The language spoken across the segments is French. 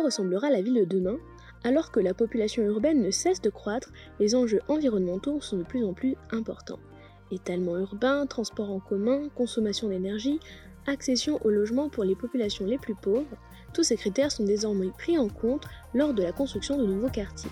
ressemblera la ville de demain? Alors que la population urbaine ne cesse de croître, les enjeux environnementaux sont de plus en plus importants. Étalement urbain, transport en commun, consommation d'énergie, accession au logement pour les populations les plus pauvres, tous ces critères sont désormais pris en compte lors de la construction de nouveaux quartiers.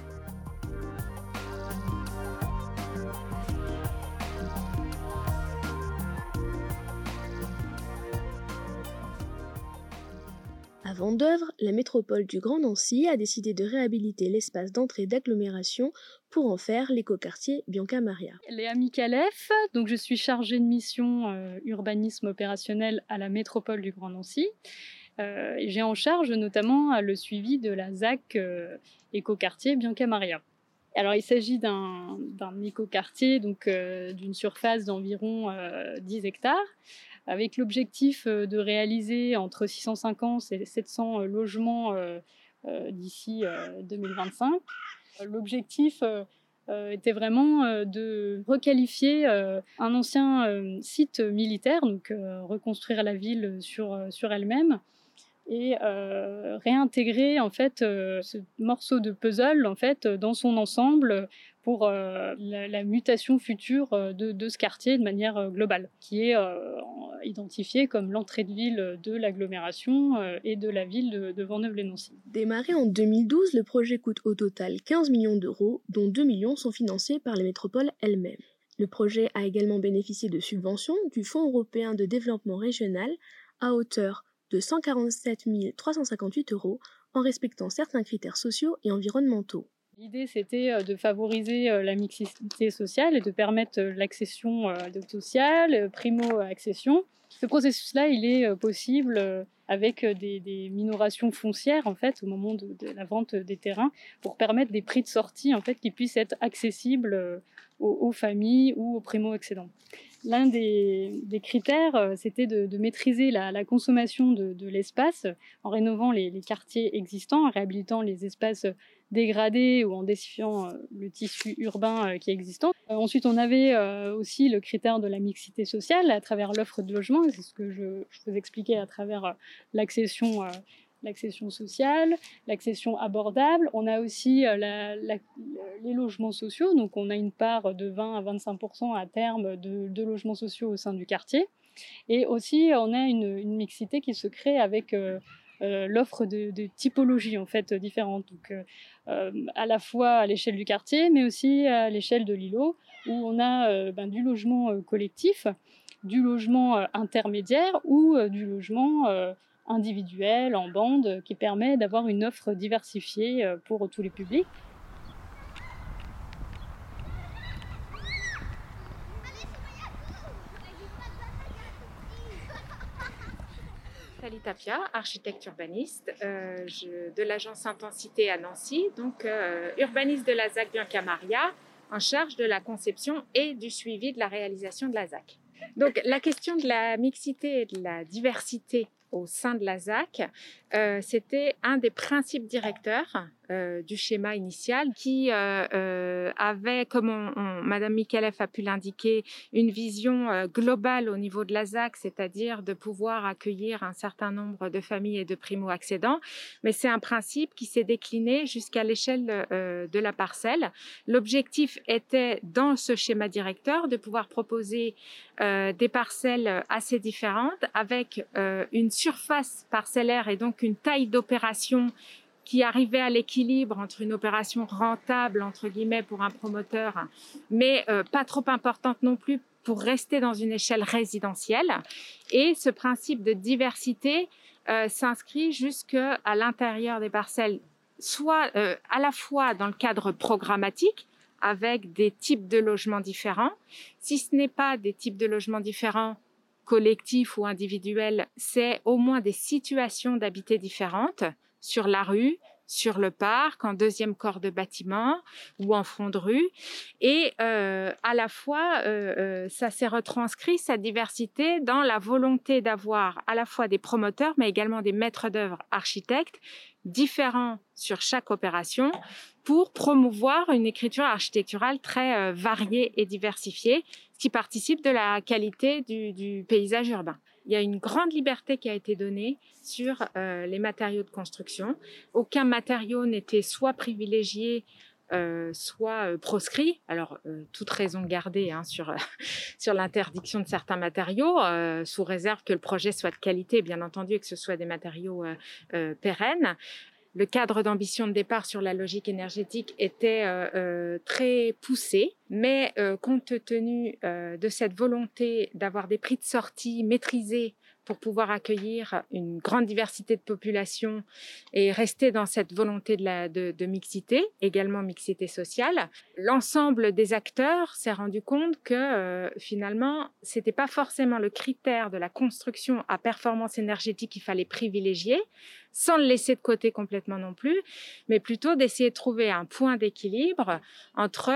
À Vendeuvre, la métropole du Grand Nancy a décidé de réhabiliter l'espace d'entrée d'agglomération pour en faire l'écoquartier Bianca Maria. Léa Michalef, donc je suis chargée de mission urbanisme opérationnel à la métropole du Grand Nancy. Et j'ai en charge notamment le suivi de la ZAC écoquartier Bianca Maria. Alors il s'agit d'un écoquartier donc d'une surface d'environ 10 hectares, avec l'objectif de réaliser entre 650 et 700 logements d'ici 2025. L'objectif était vraiment de requalifier un ancien site militaire, donc reconstruire la ville sur elle-même, et réintégrer en fait ce morceau de puzzle en fait dans son ensemble pour la mutation future de ce quartier de manière globale, qui est identifié comme l'entrée de ville de l'agglomération et de la ville de Vendeuvre-lès-Nancy. Démarré en 2012, le projet coûte au total 15 millions d'euros, dont 2 millions sont financés par les métropoles elles-mêmes. Le projet a également bénéficié de subventions du Fonds européen de développement régional à hauteur de 147 358 euros en respectant certains critères sociaux et environnementaux. L'idée, c'était de favoriser la mixité sociale et de permettre l'accession sociale, primo-accession. Ce processus-là, il est possible avec des minorations foncières en fait au moment de la vente des terrains pour permettre des prix de sortie en fait qui puissent être accessibles aux familles ou aux primo-accédants. L'un des critères, c'était de maîtriser la consommation de l'espace en rénovant les quartiers existants, en réhabilitant les espaces dégradés ou en densifiant le tissu urbain qui est existant. Ensuite, on avait aussi le critère de la mixité sociale à travers l'offre de logement. C'est ce que je vous expliquais à travers l'accession sociale, l'accession abordable. On a aussi les logements sociaux. Donc, on a une part de 20 à 25% à terme de logements sociaux au sein du quartier. Et aussi, on a une mixité qui se crée avec l'offre de typologies en fait différentes. Donc, à la fois à l'échelle du quartier, mais aussi à l'échelle de l'îlot, où on a du logement collectif, du logement intermédiaire ou du logement individuel, en bande, qui permet d'avoir une offre diversifiée pour tous les publics. Nathalie Tapia, architecte urbaniste de l'agence Intensité à Nancy, donc urbaniste de la ZAC Bianca Maria, en charge de la conception et du suivi de la réalisation de la ZAC. Donc la question de la mixité et de la diversité au sein de la ZAC, c'était un des principes directeurs du schéma initial qui avait, comme Madame Michalef a pu l'indiquer, une vision globale au niveau de la ZAC, c'est-à-dire de pouvoir accueillir un certain nombre de familles et de primo-accédants, mais c'est un principe qui s'est décliné jusqu'à l'échelle de la parcelle. L'objectif était, dans ce schéma directeur, de pouvoir proposer des parcelles assez différentes avec une surface parcellaire et donc une taille d'opération qui arrivait à l'équilibre entre une opération rentable, entre guillemets, pour un promoteur, mais pas trop importante non plus pour rester dans une échelle résidentielle. Et ce principe de diversité s'inscrit jusqu'à l'intérieur des parcelles, soit à la fois dans le cadre programmatique, avec des types de logements différents. Si ce n'est pas des types de logements différents, collectifs ou individuels, c'est au moins des situations d'habiter différentes, sur la rue, sur le parc, en deuxième corps de bâtiment ou en front de rue. Et à la fois, ça s'est retranscrit, cette diversité, dans la volonté d'avoir à la fois des promoteurs, mais également des maîtres d'œuvre architectes différents sur chaque opération pour promouvoir une écriture architecturale très variée et diversifiée, ce qui participe de la qualité du paysage urbain. il y a une grande liberté qui a été donnée sur les matériaux de construction. Aucun matériau n'était soit privilégié, soit proscrit. Alors, toute raison gardée sur, sur l'interdiction de certains matériaux, sous réserve que le projet soit de qualité, bien entendu, et que ce soit des matériaux pérennes. Le cadre d'ambition de départ sur la logique énergétique était très poussé, mais compte tenu de cette volonté d'avoir des prix de sortie maîtrisés pour pouvoir accueillir une grande diversité de population et rester dans cette volonté de mixité, également mixité sociale, l'ensemble des acteurs s'est rendu compte que finalement, c'était pas forcément le critère de la construction à performance énergétique qu'il fallait privilégier, sans le laisser de côté complètement non plus, mais plutôt d'essayer de trouver un point d'équilibre entre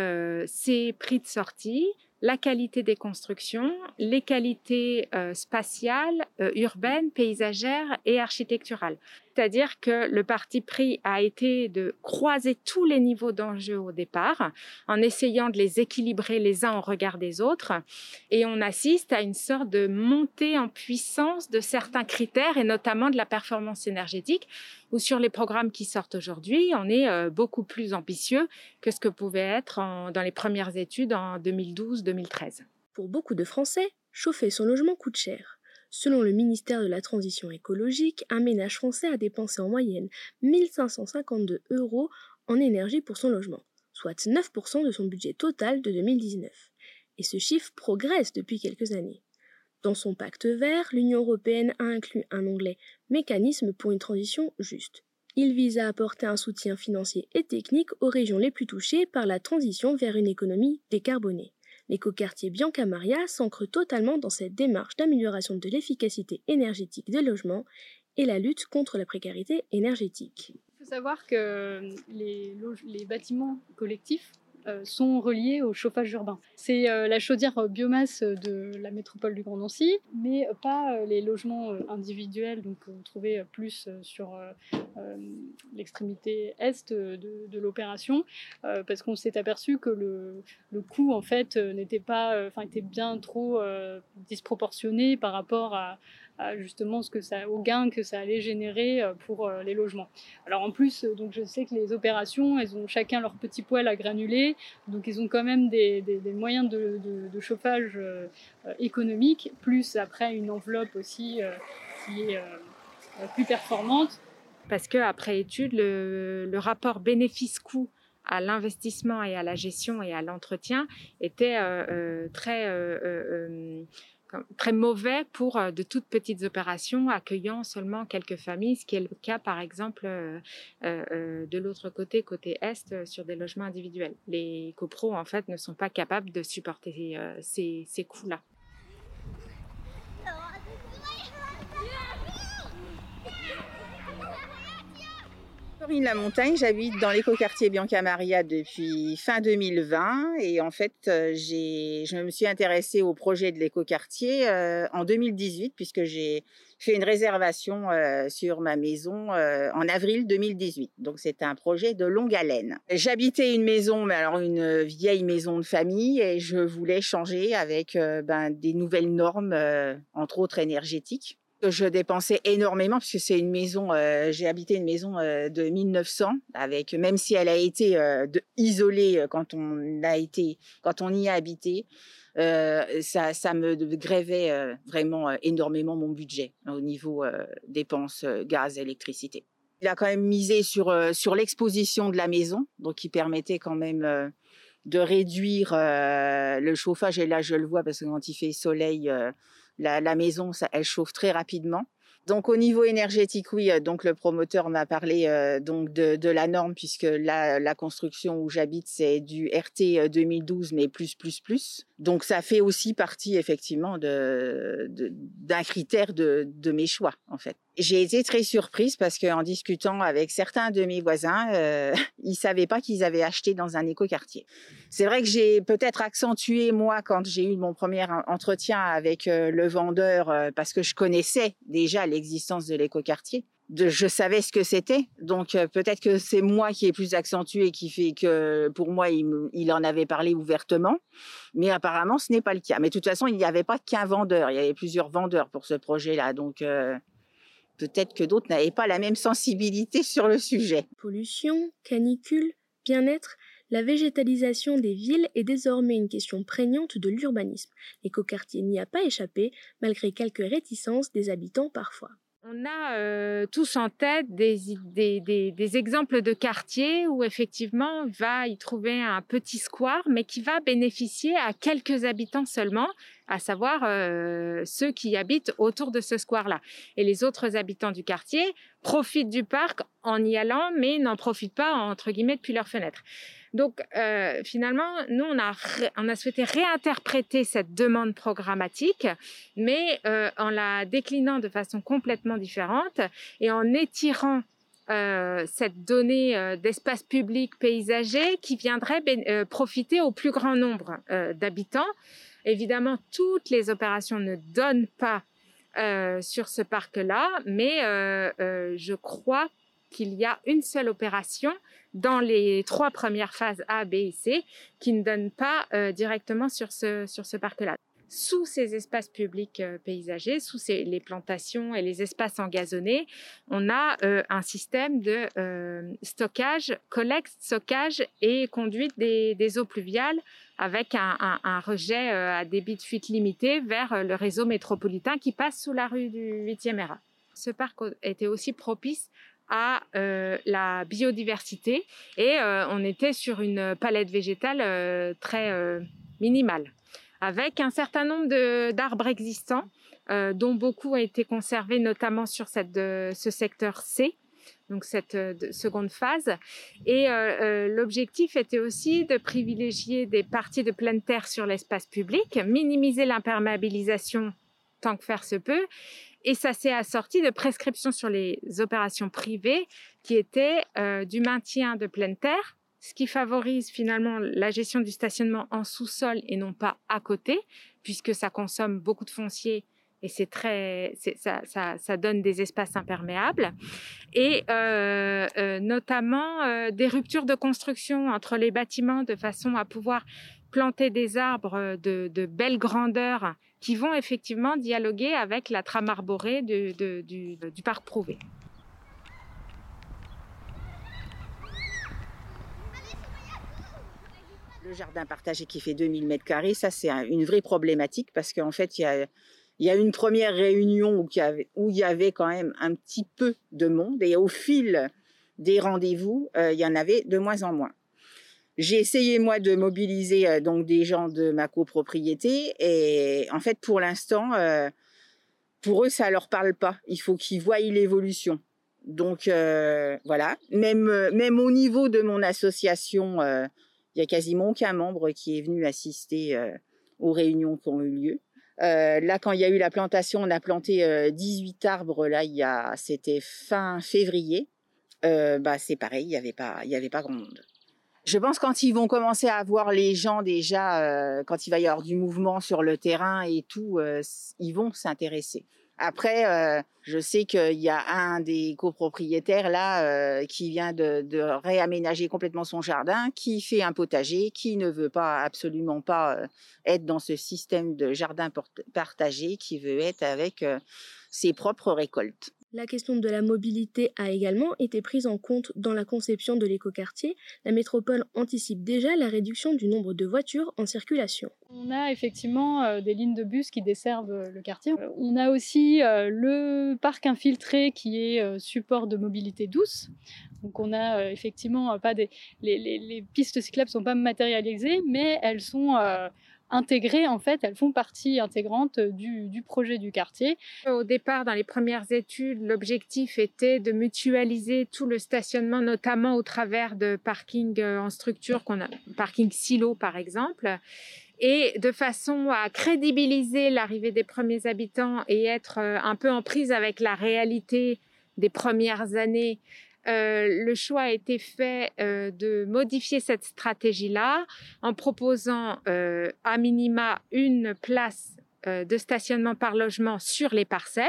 ces prix de sortie, la qualité des constructions, les qualités spatiales, urbaines, paysagères et architecturales. C'est-à-dire que le parti pris a été de croiser tous les niveaux d'enjeux au départ, en essayant de les équilibrer les uns au regard des autres. Et on assiste à une sorte de montée en puissance de certains critères, et notamment de la performance énergétique, où sur les programmes qui sortent aujourd'hui, on est beaucoup plus ambitieux que ce que pouvait être dans les premières études en 2012-2013. Pour beaucoup de Français, chauffer son logement coûte cher. Selon le ministère de la Transition écologique, un ménage français a dépensé en moyenne 1 552 € en énergie pour son logement, soit 9% de son budget total de 2019. Et ce chiffre progresse depuis quelques années. Dans son pacte vert, l'Union européenne a inclus un onglet « Mécanisme pour une transition juste ». Il vise à apporter un soutien financier et technique aux régions les plus touchées par la transition vers une économie décarbonée. L'écoquartier Bianca Maria s'ancre totalement dans cette démarche d'amélioration de l'efficacité énergétique des logements et la lutte contre la précarité énergétique. Il faut savoir que les bâtiments collectifs sont reliés au chauffage urbain. C'est la chaudière biomasse de la métropole du Grand Nancy, mais pas les logements individuels, donc trouvés plus sur l'extrémité est de l'opération, parce qu'on s'est aperçu que le coût en fait n'était pas, était bien trop disproportionné par rapport à justement au gain que ça allait générer pour les logements. Alors en plus, donc je sais que les opérations, elles ont chacun leur petit poêle à granulés, donc ils ont quand même des moyens de chauffage économique, plus après une enveloppe aussi qui est plus performante. Parce qu'après étude, le rapport bénéfice-coût à l'investissement et à la gestion et à l'entretien était très mauvais pour de toutes petites opérations accueillant seulement quelques familles, ce qui est le cas par exemple de l'autre côté est, sur des logements individuels. Les copros en fait ne sont pas capables de supporter ces coûts-là. Corinne Lamontagne, j'habite dans l'écoquartier Bianca Maria depuis fin 2020 et en fait je me suis intéressée au projet de l'écoquartier en 2018 puisque j'ai fait une réservation sur ma maison en avril 2018. Donc c'est un projet de longue haleine. J'habitais une maison, mais alors une vieille maison de famille, et je voulais changer avec des nouvelles normes, entre autres énergétiques. Je dépensais énormément parce que c'est une maison, j'ai habité une maison de 1900, avec, même si elle a été isolée quand on y a habité, ça me grevait vraiment énormément mon budget au niveau dépenses gaz, électricité. Il a quand même misé sur l'exposition de la maison, donc qui permettait quand même de réduire le chauffage. Et là, je le vois parce que quand il fait soleil, la maison, elle chauffe très rapidement. Donc au niveau énergétique, oui, donc le promoteur m'a parlé donc de la norme, puisque là, la construction où j'habite, c'est du RT 2012, mais plus. Donc ça fait aussi partie effectivement d'un critère de mes choix, en fait. J'ai été très surprise parce qu'en discutant avec certains de mes voisins, ils savaient pas qu'ils avaient acheté dans un écoquartier. C'est vrai que j'ai peut-être accentué, moi, quand j'ai eu mon premier entretien avec le vendeur, parce que je connaissais déjà l'existence de l'écoquartier. je savais ce que c'était. Donc peut-être que c'est moi qui est plus accentué, qui fait que pour moi il en avait parlé ouvertement, mais apparemment ce n'est pas le cas. Mais de toute façon, il n'y avait pas qu'un vendeur, il y avait plusieurs vendeurs pour ce projet-là. Donc peut-être que d'autres n'avaient pas la même sensibilité sur le sujet. Pollution, canicule, bien-être, la végétalisation des villes est désormais une question prégnante de l'urbanisme. L'écoquartier n'y a pas échappé, malgré quelques réticences des habitants parfois. On a tous en tête des exemples de quartiers où effectivement on va y trouver un petit square, mais qui va bénéficier à quelques habitants seulement, à savoir ceux qui habitent autour de ce square-là. Et les autres habitants du quartier profitent du parc en y allant, mais n'en profitent pas, entre guillemets, depuis leurs fenêtres. Donc, finalement, nous, on a souhaité réinterpréter cette demande programmatique, mais en la déclinant de façon complètement différente et en étirant cette donnée d'espace public paysager qui viendrait profiter au plus grand nombre d'habitants. Évidemment, toutes les opérations ne donnent pas sur ce parc-là, mais je crois qu'il y a une seule opération dans les 3 premières phases A, B et C qui ne donne pas directement sur ce parc-là. Sous ces espaces publics paysagers, sous les plantations et les espaces engazonnés, on a un système de stockage, collecte, stockage et conduite des eaux pluviales avec un rejet à débit de fuite limité vers le réseau métropolitain qui passe sous la rue du 8e RA. Ce parc était aussi propice à la biodiversité et on était sur une palette végétale très minimale, avec un certain nombre d'arbres existants, dont beaucoup ont été conservés, notamment sur ce secteur C, donc cette seconde phase. Et l'objectif était aussi de privilégier des parties de pleine terre sur l'espace public, minimiser l'imperméabilisation tant que faire se peut. Et ça s'est assorti de prescriptions sur les opérations privées qui étaient du maintien de pleine terre, ce qui favorise finalement la gestion du stationnement en sous-sol et non pas à côté, puisque ça consomme beaucoup de foncier et ça donne des espaces imperméables. Et notamment des ruptures de construction entre les bâtiments de façon à pouvoir planter des arbres de belle grandeur qui vont effectivement dialoguer avec la trame arborée du parc Prouvé. Le jardin partagé qui fait 2000 m², ça c'est une vraie problématique parce qu'en fait il y a une première réunion où il y avait quand même un petit peu de monde et au fil des rendez-vous, il y en avait de moins en moins. J'ai essayé, moi, de mobiliser donc des gens de ma copropriété et en fait, pour l'instant, pour eux, ça leur parle pas. Il faut qu'ils voient l'évolution. Donc, voilà. Même au niveau de mon association, il y a quasiment aucun membre qui est venu assister aux réunions qui ont eu lieu. Là, quand il y a eu la plantation, on a planté 18 arbres, là, c'était fin février. C'est pareil, il y avait pas grand monde. Je pense quand ils vont commencer à voir les gens déjà, quand il va y avoir du mouvement sur le terrain et tout, ils vont s'intéresser. Après, je sais qu'il y a un des copropriétaires là qui vient de réaménager complètement son jardin, qui fait un potager, qui ne veut absolument pas être dans ce système de jardin partagé, qui veut être avec ses propres récoltes. La question de la mobilité a également été prise en compte dans la conception de l'écoquartier. La métropole anticipe déjà la réduction du nombre de voitures en circulation. On a effectivement des lignes de bus qui desservent le quartier. On a aussi le parc infiltré qui est support de mobilité douce. Donc on a effectivement pas les pistes cyclables ne sont pas matérialisées, mais elles sont intégrées, en fait, elles font partie intégrante du projet du quartier. Au départ, dans les premières études, l'objectif était de mutualiser tout le stationnement, notamment au travers de parkings en structure, parking silo par exemple, et de façon à crédibiliser l'arrivée des premiers habitants et être un peu en prise avec la réalité des premières années. Le choix a été fait de modifier cette stratégie-là en proposant à minima une place de stationnement par logement sur les parcelles,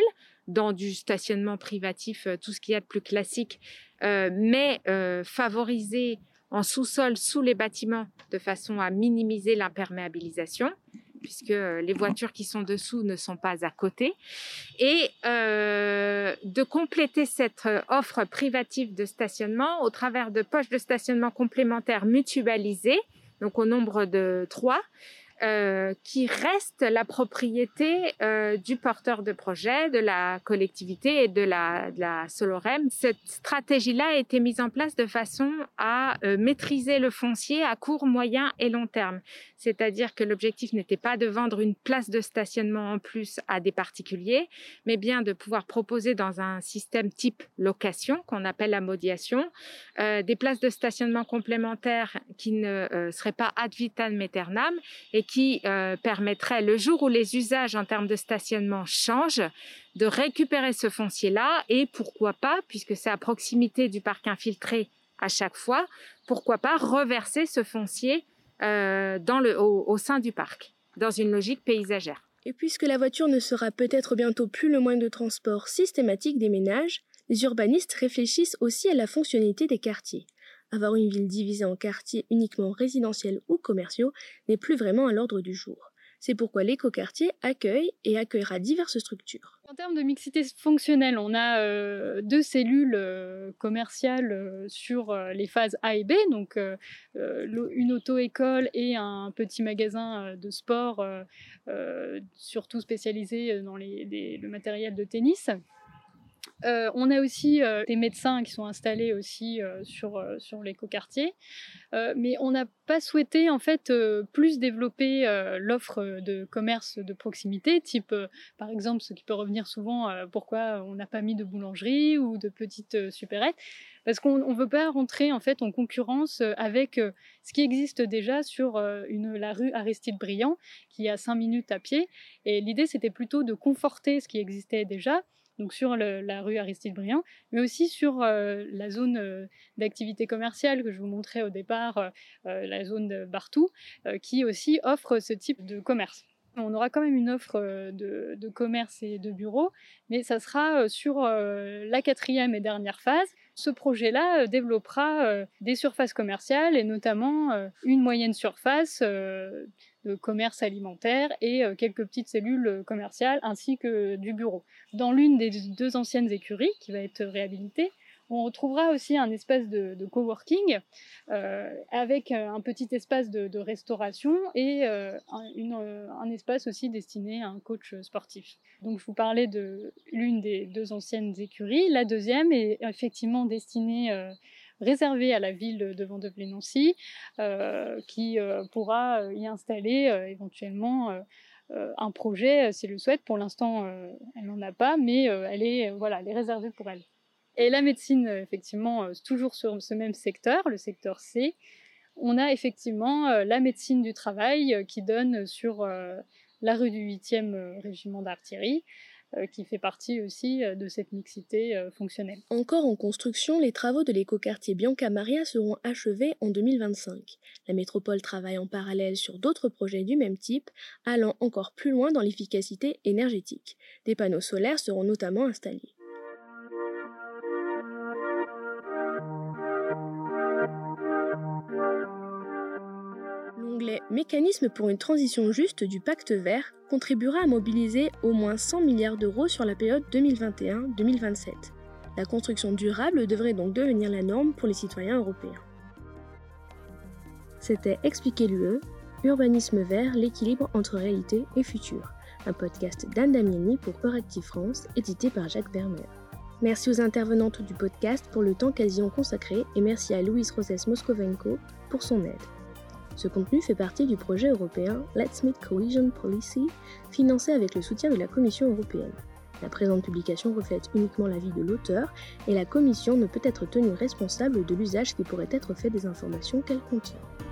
dans du stationnement privatif, tout ce qu'il y a de plus classique, mais favoriser en sous-sol, sous les bâtiments, de façon à minimiser l'imperméabilisation, puisque les voitures qui sont dessous ne sont pas à côté, et de compléter cette offre privative de stationnement au travers de poches de stationnement complémentaires mutualisées, donc au nombre de 3, qui reste la propriété du porteur de projet, de la collectivité et de la Solorem. Cette stratégie-là a été mise en place de façon à maîtriser le foncier à court, moyen et long terme. C'est-à-dire que l'objectif n'était pas de vendre une place de stationnement en plus à des particuliers, mais bien de pouvoir proposer dans un système type location, qu'on appelle la modiation, des places de stationnement complémentaires qui ne seraient pas ad vitam aeternam et qui permettrait, le jour où les usages en termes de stationnement changent, de récupérer ce foncier-là et pourquoi pas, puisque c'est à proximité du parc infiltré à chaque fois, pourquoi pas reverser ce foncier au sein du parc, dans une logique paysagère. Et puisque la voiture ne sera peut-être bientôt plus le moyen de transport systématique des ménages, les urbanistes réfléchissent aussi à la fonctionnalité des quartiers. Avoir une ville divisée en quartiers uniquement résidentiels ou commerciaux n'est plus vraiment à l'ordre du jour. C'est pourquoi l'écoquartier accueille et accueillera diverses structures. En termes de mixité fonctionnelle, on a 2 cellules commerciales sur les phases A et B, donc une auto-école et un petit magasin de sport, surtout spécialisé dans le matériel de tennis. On a aussi des médecins qui sont installés aussi sur l'écoquartier, mais on n'a pas souhaité en fait plus développer l'offre de commerce de proximité, type par exemple ce qui peut revenir souvent, pourquoi on n'a pas mis de boulangerie ou de petites supérettes, parce qu'on ne veut pas rentrer en fait en concurrence avec ce qui existe déjà sur la rue Aristide-Briand, qui est à 5 minutes à pied, et l'idée c'était plutôt de conforter ce qui existait déjà, donc sur la rue Aristide-Briand, mais aussi sur la zone d'activité commerciale que je vous montrais au départ, la zone de Barthou, qui aussi offre ce type de commerce. On aura quand même une offre de commerce et de bureaux, mais ça sera sur la 4e et dernière phase. Ce projet-là développera des surfaces commerciales et notamment une moyenne surface de commerce alimentaire et quelques petites cellules commerciales ainsi que du bureau. Dans l'une des 2 anciennes écuries qui va être réhabilitée, on retrouvera aussi un espace de coworking avec un petit espace de restauration et un espace aussi destiné à un coach sportif. Donc je vous parlais de l'une des 2 anciennes écuries. La deuxième est effectivement destinée réservée à la ville de Vendôme-les-Nancy, qui pourra y installer éventuellement un projet si elle le souhaite. Pour l'instant, elle n'en a pas, mais elle est réservée pour elle. Et la médecine, effectivement, toujours sur ce même secteur, le secteur C, on a effectivement la médecine du travail qui donne sur la rue du 8e régiment d'artillerie, qui fait partie aussi de cette mixité fonctionnelle. Encore en construction, les travaux de l'écoquartier Bianca Maria seront achevés en 2025. La métropole travaille en parallèle sur d'autres projets du même type, allant encore plus loin dans l'efficacité énergétique. Des panneaux solaires seront notamment installés. L'onglet « Mécanisme pour une transition juste » du Pacte vert contribuera à mobiliser au moins 100 milliards d'euros sur la période 2021-2027. La construction durable devrait donc devenir la norme pour les citoyens européens. C'était Expliquer l'UE, Urbanisme vert, l'équilibre entre réalité et futur, un podcast d'Anne Damiani pour Euractiv France, édité par Jacques Vermeer. Merci aux intervenantes du podcast pour le temps qu'elles y ont consacré et merci à Louise Rosès-Moskovenko pour son aide. Ce contenu fait partie du projet européen Let's Meet Cohesion Policy, financé avec le soutien de la Commission européenne. La présente publication reflète uniquement l'avis de l'auteur et la Commission ne peut être tenue responsable de l'usage qui pourrait être fait des informations qu'elle contient.